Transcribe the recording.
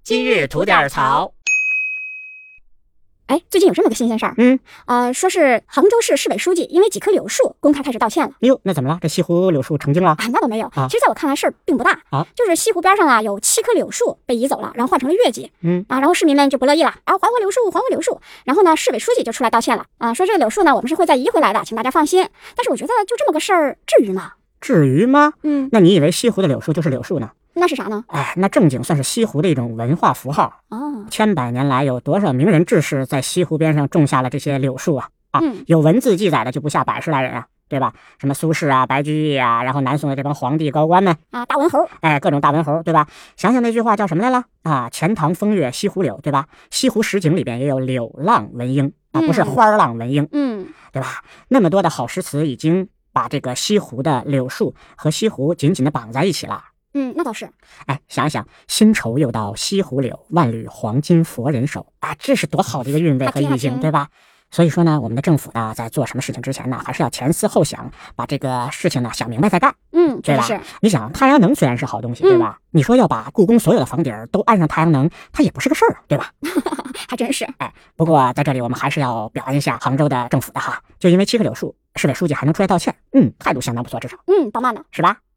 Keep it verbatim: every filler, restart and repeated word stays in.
今日吐点槽。 哎，最近有这么个新鲜事儿， 嗯， 呃，说是杭州市市委书记因为几棵柳树公开开始道歉了。 哟，那怎么了？这西湖柳树成精了？ 啊，那倒没有。 啊、 其实在我看来事儿并不大啊， 就是西湖边上啊有七棵柳树被移走了，然后换成了月季。 嗯啊，然后市民们就不乐意了，啊，还我柳树，还我柳树。然后呢，市委书记就出来道歉了，啊，说这个柳树呢我们是会再移回来的，请大家放心。但是我觉得就这么个事儿，至于吗？ 至于吗？ 嗯， 那你以为西湖的柳树就是柳树呢？ 那是啥呢？ 哎，那正经算是西湖的一种文化符号。 哦， 千百年来有多少名人志士在西湖边上种下了这些柳树啊？啊， 嗯、 有文字记载的就不下百十来人啊，对吧？什么苏轼啊、白居易啊，然后南宋的这帮皇帝高官们啊，大文猴， 哎，各种大文猴，对吧？想想那句话叫什么来了啊？钱塘风月西湖柳，对吧？西湖十景里边也有柳浪闻莺啊，不是花浪闻莺， 嗯， 对吧？那么多的好诗词已经把这个西湖的柳树和西湖紧紧的绑在一起了。 嗯，那倒是。 哎，想想新愁又到西湖柳，万缕黄金佛人手啊，这是多好的一个韵味和意境，对吧？所以说呢，我们的政府呢，在做什么事情之前呢，还是要前思后想，把这个事情呢想明白再干。 嗯， 对吧？ 是。 你想，太阳能虽然是好东西，对吧？嗯、你说要把故宫所有的房顶都安上太阳能，它也不是个事儿，对吧？ 还真是。 哎，不过在这里我们还是要表扬一下杭州的政府的哈，就因为七棵柳树，市委书记还能出来道歉，嗯，态度相当不错，至少， 嗯，棒棒的， 是吧？